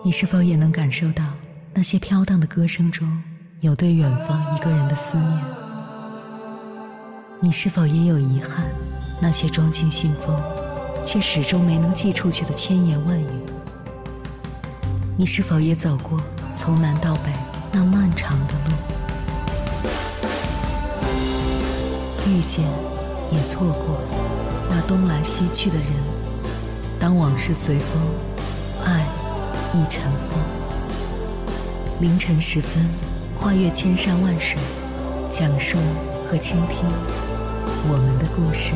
你是否也能感受到那些飘荡的歌声中有对远方一个人的思念？你是否也有遗憾，那些装进信封却始终没能寄出去的千言万语？你是否也走过从南到北那漫长的路？遇见也错过那东来西去的人，当往事随风，爱亦尘封。凌晨时分，跨越千山万水，讲述和倾听我们的故事。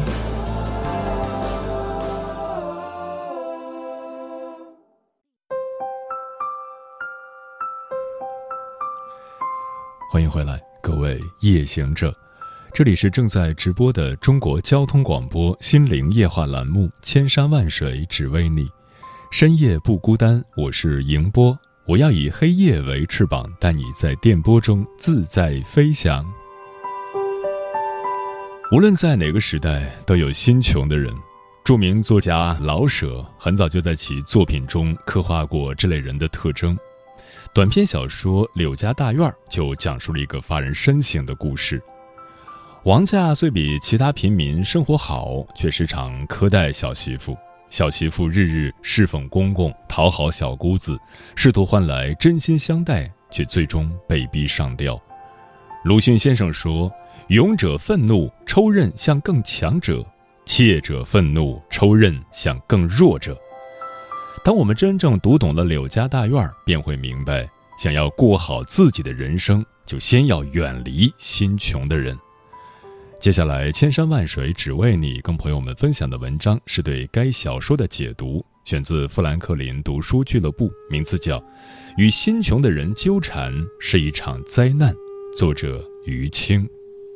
欢迎回来，各位夜行者，这里是正在直播的中国交通广播心灵夜话栏目《千山万水只为你》，深夜不孤单，我是迎波，我要以黑夜为翅膀，带你在电波中自在飞翔。无论在哪个时代，都有心穷的人。著名作家老舍很早就在其作品中刻画过这类人的特征。短篇小说《柳家大院》就讲述了一个发人深省的故事。王家虽比其他平民生活好，却时常苛待小媳妇。小媳妇日日侍奉公公，讨好小姑子，试图换来真心相待，却最终被逼上吊。鲁迅先生说：勇者愤怒，抽刃向更强者；怯者愤怒，抽刃向更弱者。当我们真正读懂了柳家大院，便会明白，想要过好自己的人生，就先要远离心穷的人。接下来，千山万水只为你跟朋友们分享的文章是对该小说的解读，选自富兰克林读书俱乐部，名字叫《与心穷的人纠缠是一场灾难》，作者余清。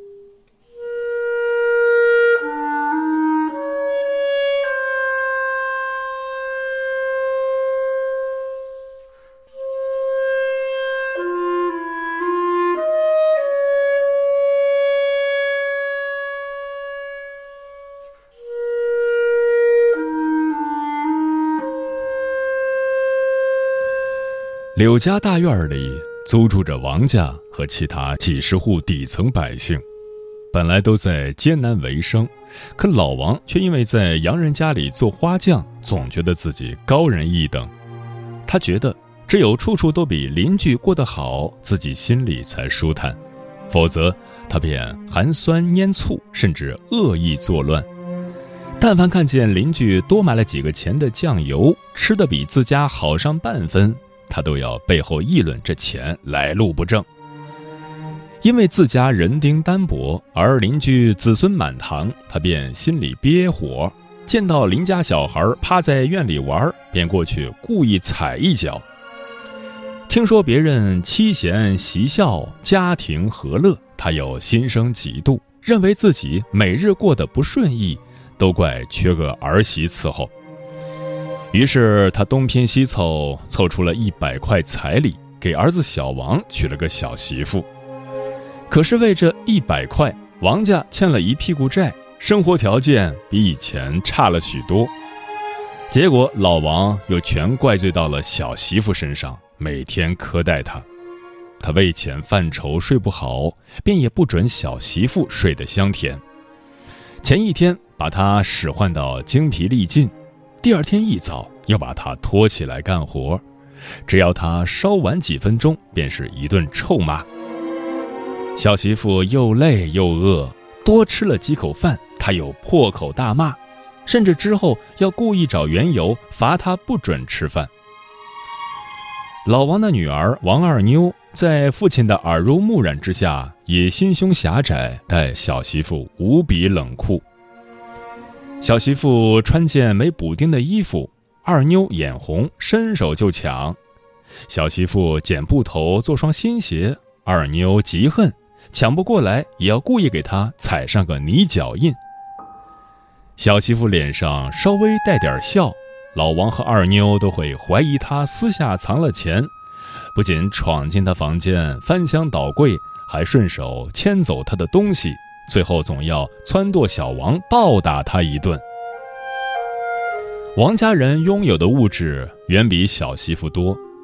柳家大院里租住着王家和其他几十户底层百姓，本来都在艰难为生，可老王却因为在洋人家里做花匠，总觉得自己高人一等。他觉得只有处处都比邻居过得好，自己心里才舒坦，否则他便寒酸拈醋，甚至恶意作乱。但凡看见邻居多买了几个钱的酱油，吃得比自家好上半分，他都要背后议论这钱来路不正。因为自家人丁单薄，而邻居子孙满堂，他便心里憋火，见到邻家小孩趴在院里玩，便过去故意踩一脚。听说别人妻贤媳孝，家庭和乐，他又心生嫉妒，认为自己每日过得不顺意，都怪缺个儿媳伺候。于是他东拼西凑，凑出了100块彩礼，给儿子小王娶了个小媳妇。可是为这100块，王家欠了一屁股债，生活条件比以前差了许多。结果老王又全怪罪到了小媳妇身上，每天苛待她。他为钱犯愁睡不好，便也不准小媳妇睡得香甜。前一天把她使唤到精疲力尽，第二天一早又把他拖起来干活，只要他稍晚几分钟，便是一顿臭骂。小媳妇又累又饿，多吃了几口饭，他又破口大骂，甚至之后要故意找缘由罚他不准吃饭。老王的女儿王二妞在父亲的耳濡目染之下，也心胸狭窄，待小媳妇无比冷酷。小媳妇穿件没补丁的衣服，二妞眼红，伸手就抢。小媳妇剪布头做双新鞋，二妞急恨，抢不过来也要故意给她踩上个泥脚印。小媳妇脸上稍微带点笑，老王和二妞都会怀疑她私下藏了钱，不仅闯进她房间翻箱倒柜，还顺手牵走她的东西，最后总要撺掇小王暴打他一顿。王家人拥有的物质远比小媳妇多，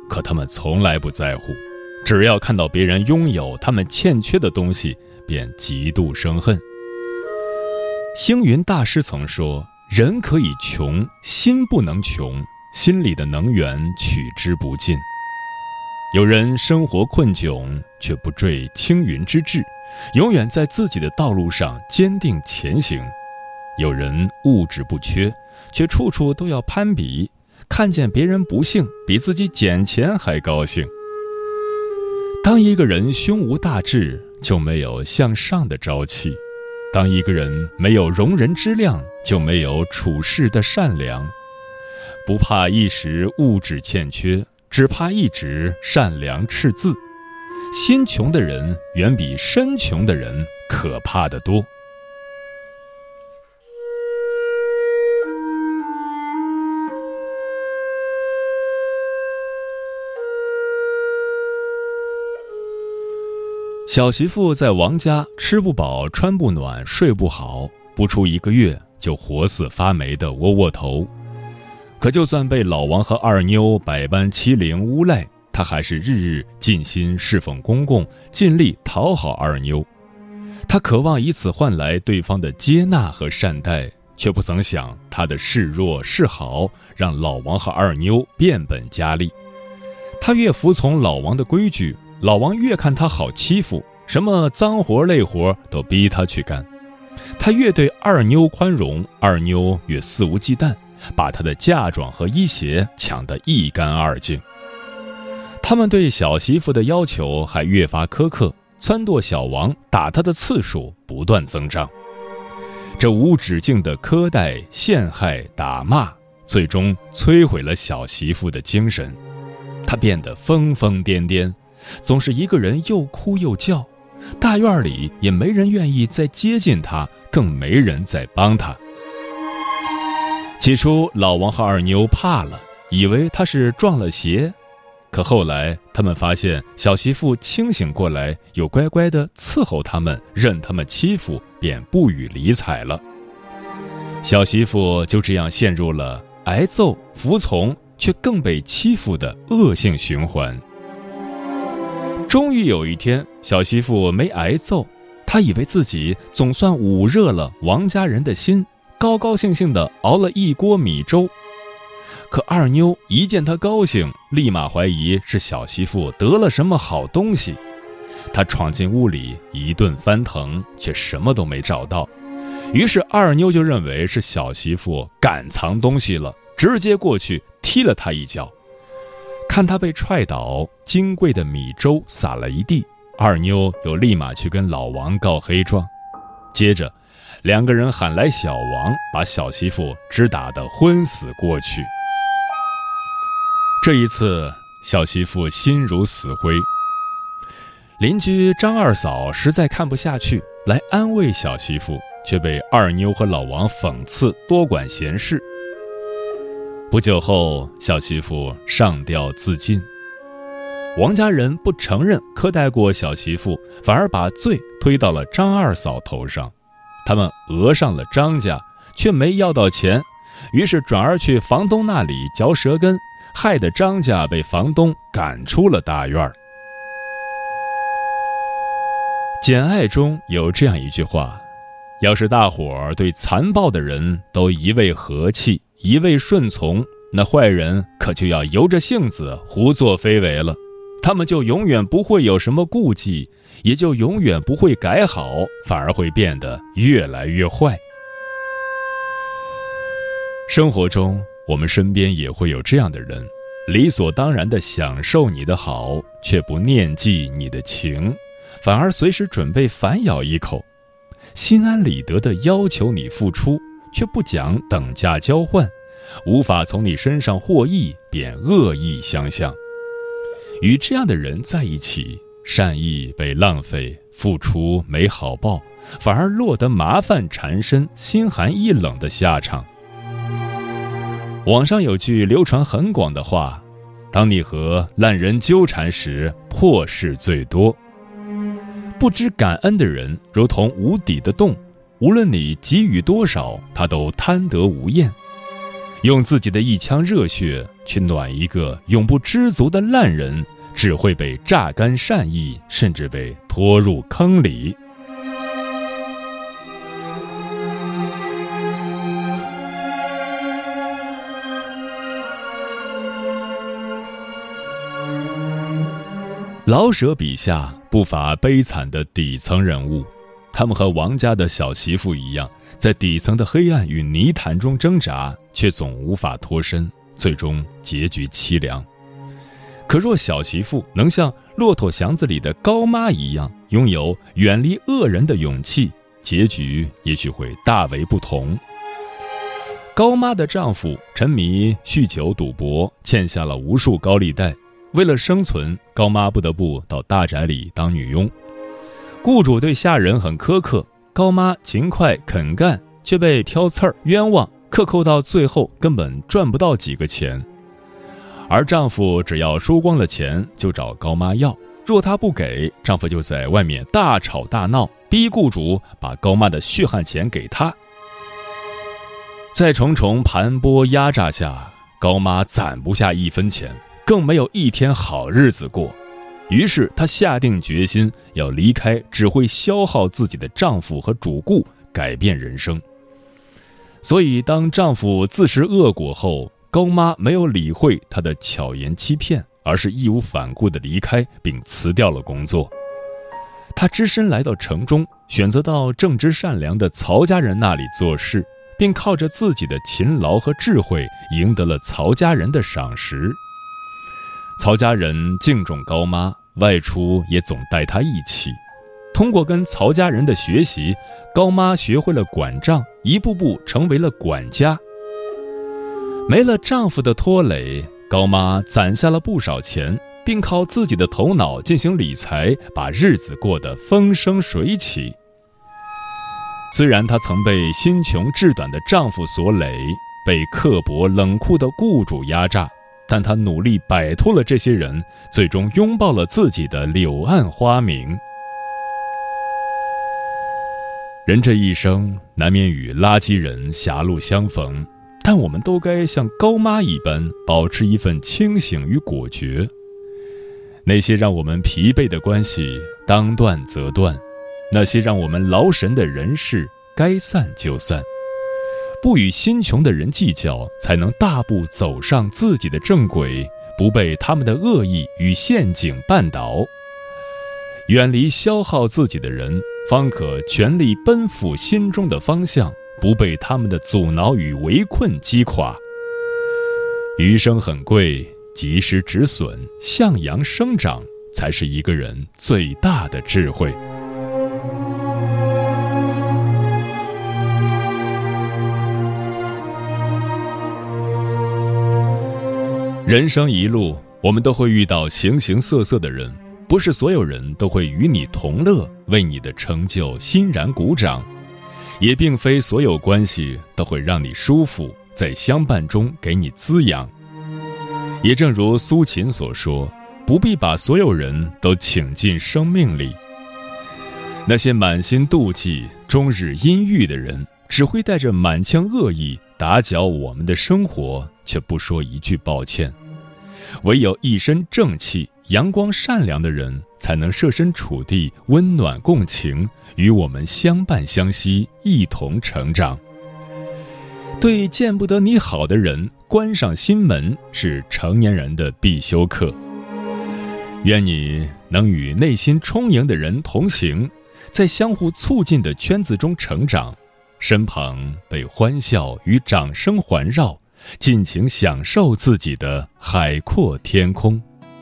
可他们从来不在乎，只要看到别人拥有他们欠缺的东西，便极度生恨。星云大师曾说，人可以穷，心不能穷，心里的能源取之不尽。有人生活困窘，却不坠青云之志，永远在自己的道路上坚定前行。有人物质不缺，却处处都要攀比，看见别人不幸，比自己捡钱还高兴。当一个人胸无大志，就没有向上的朝气；当一个人没有容人之量，就没有处世的善良。不怕一时物质欠缺，只怕一直善良赤字。心穷的人远比身穷的人可怕得多。小媳妇在王家吃不饱穿不暖睡不好，不出1个月就活似发霉的窝窝头。可就算被老王和二妞百般欺凌诬赖，他还是日日尽心侍奉公公，尽力讨好二妞。他渴望以此换来对方的接纳和善待，却不曾想他的示弱示好让老王和二妞变本加厉。他越服从老王的规矩，老王越看他好欺负，什么脏活累活都逼他去干。他越对二妞宽容，二妞越肆无忌惮，把他的嫁妆和衣鞋抢得一干二净。他们对小媳妇的要求还越发苛刻，撺掇小王打他的次数不断增长。这无止境的苛待、陷害、打骂，最终摧毁了小媳妇的精神。她变得疯疯癫癫，总是一个人又哭又叫，大院里也没人愿意再接近她，更没人再帮她。起初老王和二妞怕了，以为她是撞了邪，可后来他们发现小媳妇清醒过来，又乖乖地伺候他们，任他们欺负，便不予理睬了。小媳妇就这样陷入了挨揍、服从却更被欺负的恶性循环。终于有一天，小媳妇没挨揍，她以为自己总算捂热了王家人的心，高高兴兴地熬了一锅米粥。可二妞一见她高兴，立马怀疑是小媳妇得了什么好东西。她闯进屋里一顿翻腾，却什么都没找到。于是二妞就认为是小媳妇敢藏东西了，直接过去踢了她一脚。看她被踹倒，金贵的米粥洒了一地，二妞又立马去跟老王告黑状。接着两个人喊来小王，把小媳妇直打得昏死过去。这一次小媳妇心如死灰。邻居张二嫂实在看不下去，来安慰小媳妇，却被二妞和老王讽刺多管闲事。不久后，小媳妇上吊自尽。王家人不承认苛待过小媳妇，反而把罪推到了张二嫂头上。他们讹上了张家，却没要到钱，于是转而去房东那里嚼舌根，害得张家被房东赶出了大院。简爱中有这样一句话：要是大伙儿对残暴的人都一味和气，一味顺从，那坏人可就要由着性子胡作非为了，他们就永远不会有什么顾忌，也就永远不会改好，反而会变得越来越坏。生活中我们身边也会有这样的人，理所当然地享受你的好，却不念记你的情，反而随时准备反咬一口，心安理得地要求你付出，却不讲等价交换，无法从你身上获益，便恶意相向。与这样的人在一起，善意被浪费，付出没好报，反而落得麻烦缠身、心寒意冷的下场。网上有句流传很广的话：当你和烂人纠缠时，破事最多。不知感恩的人如同无底的洞，无论你给予多少，他都贪得无厌。 用自己的一腔热血去暖一个永不知足的烂人，只会被榨干善意，甚至被拖入坑里。老舍笔下不乏悲惨的底层人物，他们和王家的小媳妇一样，在底层的黑暗与泥潭中挣扎，却总无法脱身，最终结局凄凉。可若小媳妇能像骆驼祥子里的高妈一样，拥有远离恶人的勇气，结局也许会大为不同。高妈的丈夫沉迷酗酒赌博，欠下了无数高利贷，为了生存，高妈不得不到大宅里当女佣。雇主对下人很苛刻，高妈勤快肯干，却被挑刺儿冤枉，克扣到最后根本赚不到几个钱。而丈夫只要输光了钱就找高妈要，若她不给，丈夫就在外面大吵大闹，逼雇主把高妈的血汗钱给他。在重重盘剥压榨下，高妈攒不下一分钱，更没有一天好日子过，于是她下定决心要离开只会消耗自己的丈夫和主顾，改变人生。所以当丈夫自食恶果后，高妈没有理会他的巧言欺骗，而是义无反顾地离开并辞掉了工作。她只身来到城中，选择到正直善良的曹家人那里做事，并靠着自己的勤劳和智慧赢得了曹家人的赏识。曹家人敬重高妈，外出也总带她一起。通过跟曹家人的学习，高妈学会了管账，一步步成为了管家。没了丈夫的拖累，高妈攒下了不少钱，并靠自己的头脑进行理财，把日子过得风生水起。虽然她曾被心穷志短的丈夫所累，被刻薄冷酷的雇主压榨，但她努力摆脱了这些人，最终拥抱了自己的柳暗花明。人这一生难免与垃圾人狭路相逢，但我们都该像高妈一般，保持一份清醒与果决。那些让我们疲惫的关系，当断则断；那些让我们劳神的人事，该散就散。不与心穷的人计较，才能大步走上自己的正轨，不被他们的恶意与陷阱绊倒。远离消耗自己的人，方可全力奔赴心中的方向，不被他们的阻挠与围困击垮。余生很贵，及时止损，向阳生长，才是一个人最大的智慧。人生一路，我们都会遇到形形色色的人，不是所有人都会与你同乐，为你的成就欣然鼓掌，也并非所有关系都会让你舒服，在相伴中给你滋养。也正如苏秦所说，不必把所有人都请进生命里。那些满心妒忌、终日阴郁的人，只会带着满腔恶意打搅我们的生活，却不说一句抱歉。唯有一身正气、阳光善良的人，才能设身处地、温暖共情，与我们相伴相惜，一同成长。对见不得你好的人关上心门，是成年人的必修课。愿你能与内心充盈的人同行，在相互促进的圈子中成长，身旁被欢笑与掌声环绕，尽情享受自己的海阔天空。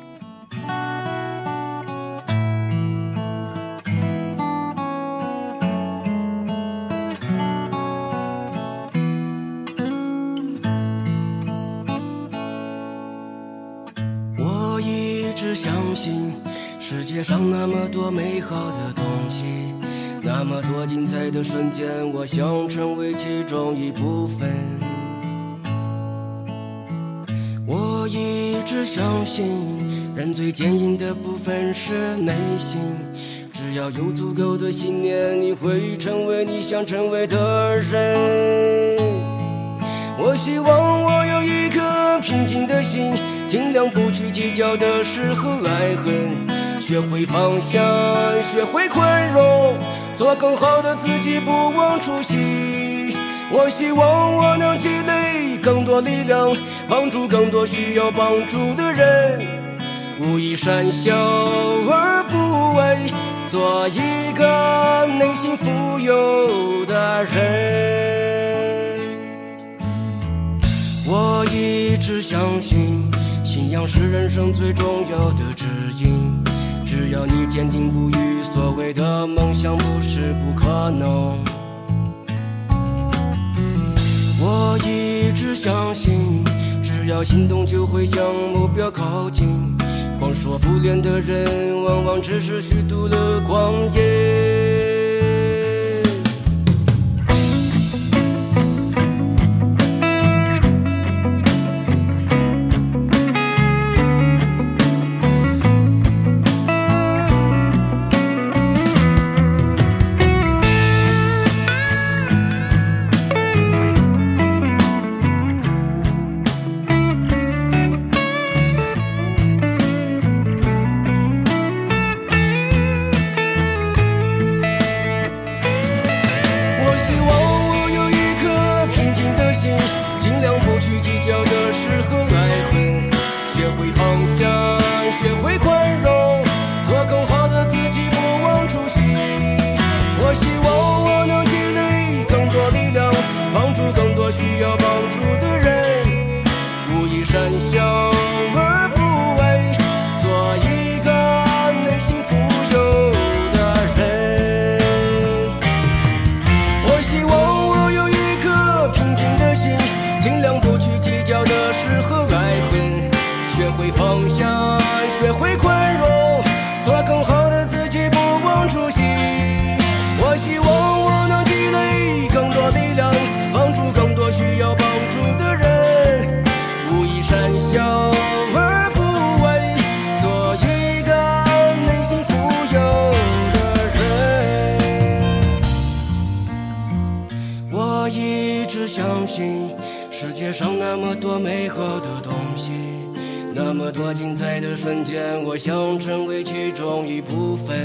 我一直相信世界上那么多美好的东西，那么多精彩的瞬间，我想成为其中一部分。我一直相信人最坚硬的部分是内心，只要有足够的信念，你会成为你想成为的人。 我希望我有一颗平静的心，尽量不去计较的事和爱恨，学会放下，学会宽容，做更好的自己，不忘初心。我希望我能积累更多力量，帮助更多需要帮助的人，勿以善小而不为，做一个内心富有的人。我一直相信，信仰是人生最重要的指引，只要你坚定不渝，所谓的梦想不是不可能。我一直相信，只要行动就会向目标靠近，光说不练的人往往只是虚度了光阴。尽量不去计较的事和爱恨，学会放下，学会宽容，做更好的自己，不忘初心。我希望我能积累更多力量，帮助更多需要帮助的人，勿以善小而不为，做一个内心富有的人。我希望我有一颗平静的心，尽量不去计较的事和爱恨，学会放下，学会宽容，做更好的自己，不忘初心。我希望我能积累更多力量，帮助更多需要帮助的人，勿以善小而不为，做一个内心富有的人。我一直相信，世界上那么多美好的东西，那么多精彩的瞬间，我想成为其中一部分。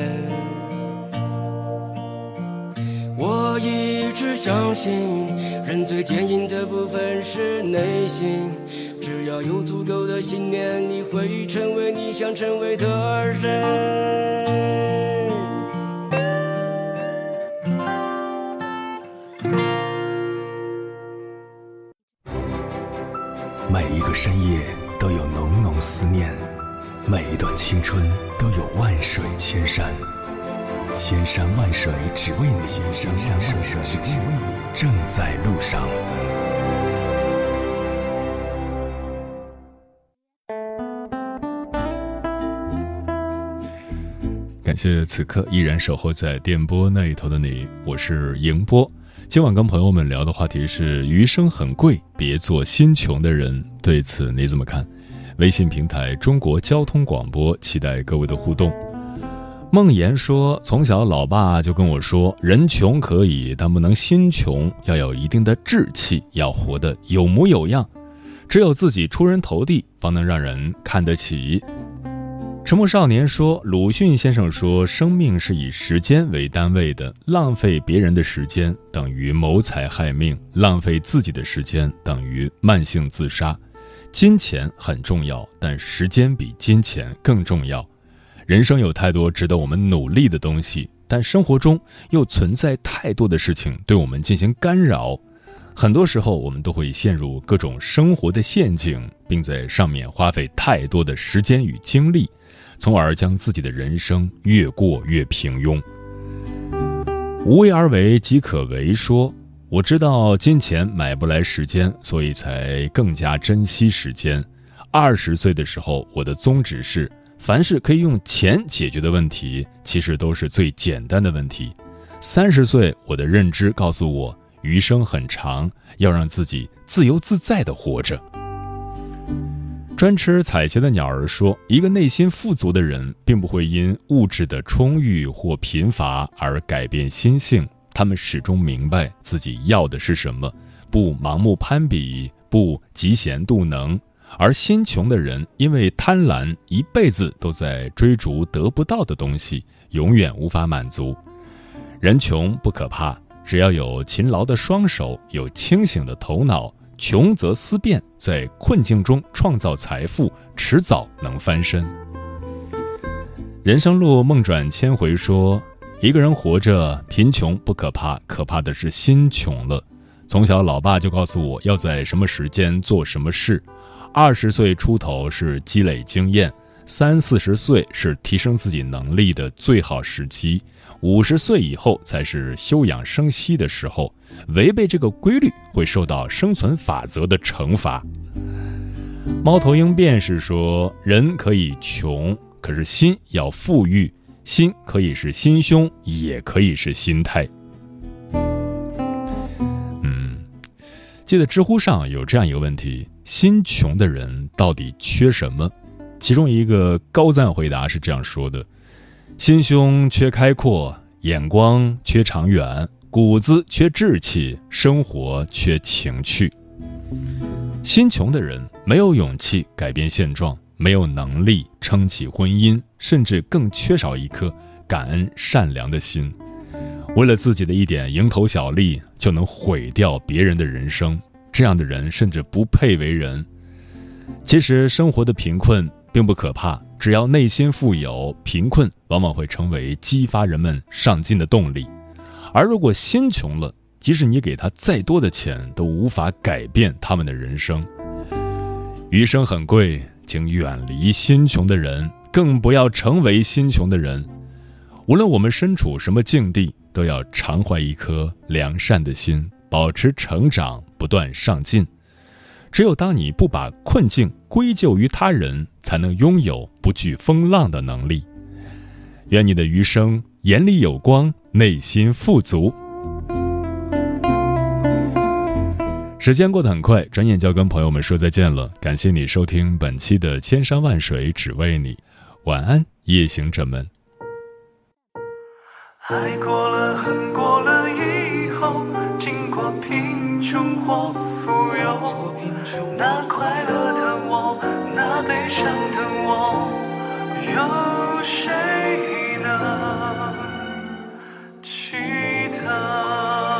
我一直相信，人最坚硬的部分是内心，只要有足够的信念，你会成为你想成为的人。 每一个深夜都有浓浓思念，每一段青春都有万水千山，千山万水只为你，千山万水只为你，正在路上。 感谢此刻依然守候在电波那一头的你，我是迎波。今晚跟朋友们聊的话题是余生很贵，别做心穷的人，对此你怎么看？微信平台中国交通广播，期待各位的互动。梦妍说，从小老爸就跟我说，人穷可以，但不能心穷，要有一定的志气，要活得有模有样，只有自己出人头地，方能让人看得起。沉默少年说，鲁迅先生说，生命是以时间为单位的，浪费别人的时间等于谋财害命，浪费自己的时间等于慢性自杀。金钱很重要，但时间比金钱更重要。人生有太多值得我们努力的东西，但生活中又存在太多的事情对我们进行干扰。很多时候我们都会陷入各种生活的陷阱，并在上面花费太多的时间与精力，从而将自己的人生越过越平庸。无为而为即可为说，我知道金钱买不来时间，所以才更加珍惜时间。20岁的时候，我的宗旨是，凡是可以用钱解决的问题，其实都是最简单的问题。30岁，我的认知告诉我，余生很长，要让自己自由自在地活着。专吃彩旗的鸟儿说，一个内心富足的人并不会因物质的充裕或贫乏而改变心性，他们始终明白自己要的是什么， 不盲目攀比，不嫉贤妒能。而心穷的人因为贪婪，一辈子都在追逐得不到的东西，永远无法满足。人穷不可怕，只要有勤劳的双手，有清醒的头脑，穷则思变，在困境中创造财富，迟早能翻身。人生路梦转千回说，一个人活着，贫穷不可怕，可怕的是心穷了。从小老爸就告诉我要在什么时间做什么事，20岁出头是积累经验，30-40岁是提升自己能力的最好时期，50岁以后才是休养生息的时候，违背这个规律会受到生存法则的惩罚。猫头鹰辩士说，人可以穷，可是心要富裕，心可以是心胸，也可以是心态。记得知乎上有这样一个问题，心穷的人到底缺什么？其中一个高赞回答是这样说的：心胸缺开阔，眼光缺长远，骨子缺志气，生活缺情趣。心穷的人没有勇气改变现状，没有能力撑起婚姻，甚至更缺少一颗感恩善良的心。为了自己的一点蝇头小利，就能毁掉别人的人生，这样的人甚至不配为人。其实生活的贫困并不可怕，只要内心富有，贫困往往会成为激发人们上进的动力。而如果心穷了，即使你给他再多的钱，都无法改变他们的人生。余生很贵，请远离心穷的人，更不要成为心穷的人。无论我们身处什么境地，都要常怀一颗良善的心，保持成长，不断上进。只有当你不把困境归咎于他人，才能拥有不惧风浪的能力。愿你的余生眼里有光，内心富足。时间过得很快，转眼就要跟朋友们说再见了。感谢你收听本期的千山万水只为你，晚安，夜行者们。 爱过了恨过了以后，经过贫穷或富有，那快乐的我，那悲伤的我，有谁能记得？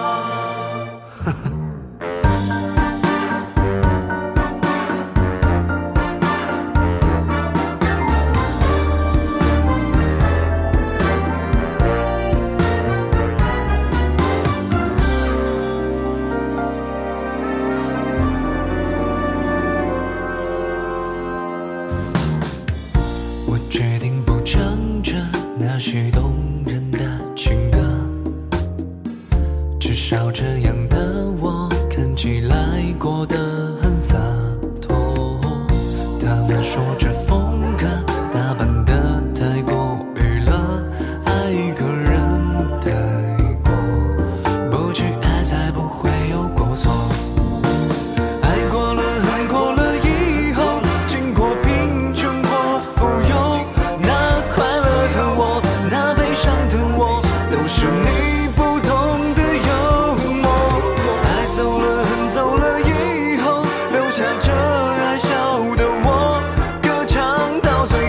那许动人的情歌，至少这样的我看起来过得很洒脱。他们说这风格打扮得太过娱乐，爱一个人太过，不去爱才不会有过错。爱过了恨过了以后，经过贫穷或富有，那快乐的我，那悲伤的我，都是你不同的幽默。爱走了恨走了以后，留下这爱笑的我，歌唱到最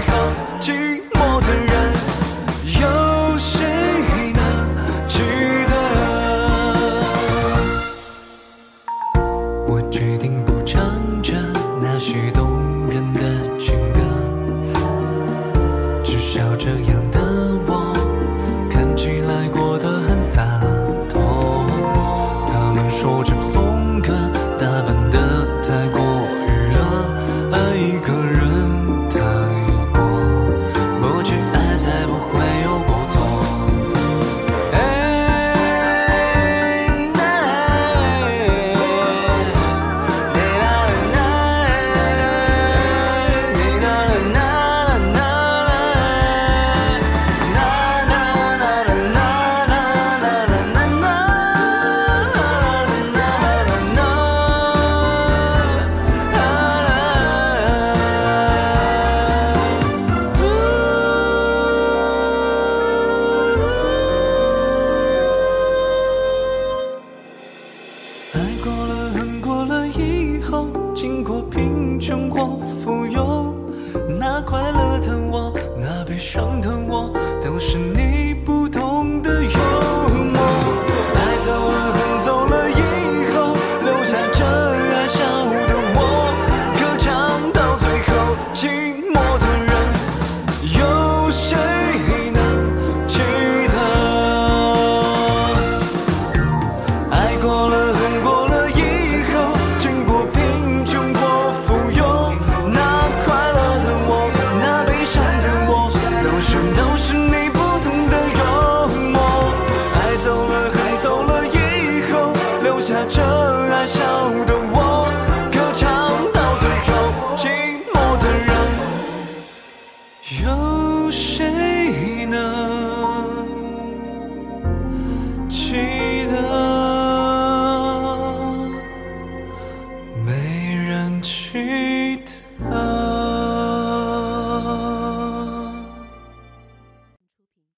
那快乐的我，那悲伤的我，都是你不懂的幽默。爱走了恨走了以后，留下这爱笑的我，可唱到最后，寂寞的人有谁能记得？爱过了恨过了以后，经过贫穷或富有，那快乐的我，那悲伤的我，都是你不懂的幽默。爱走了恨走了以后，留下这爱笑的我，可唱到最后，寂寞的人有谁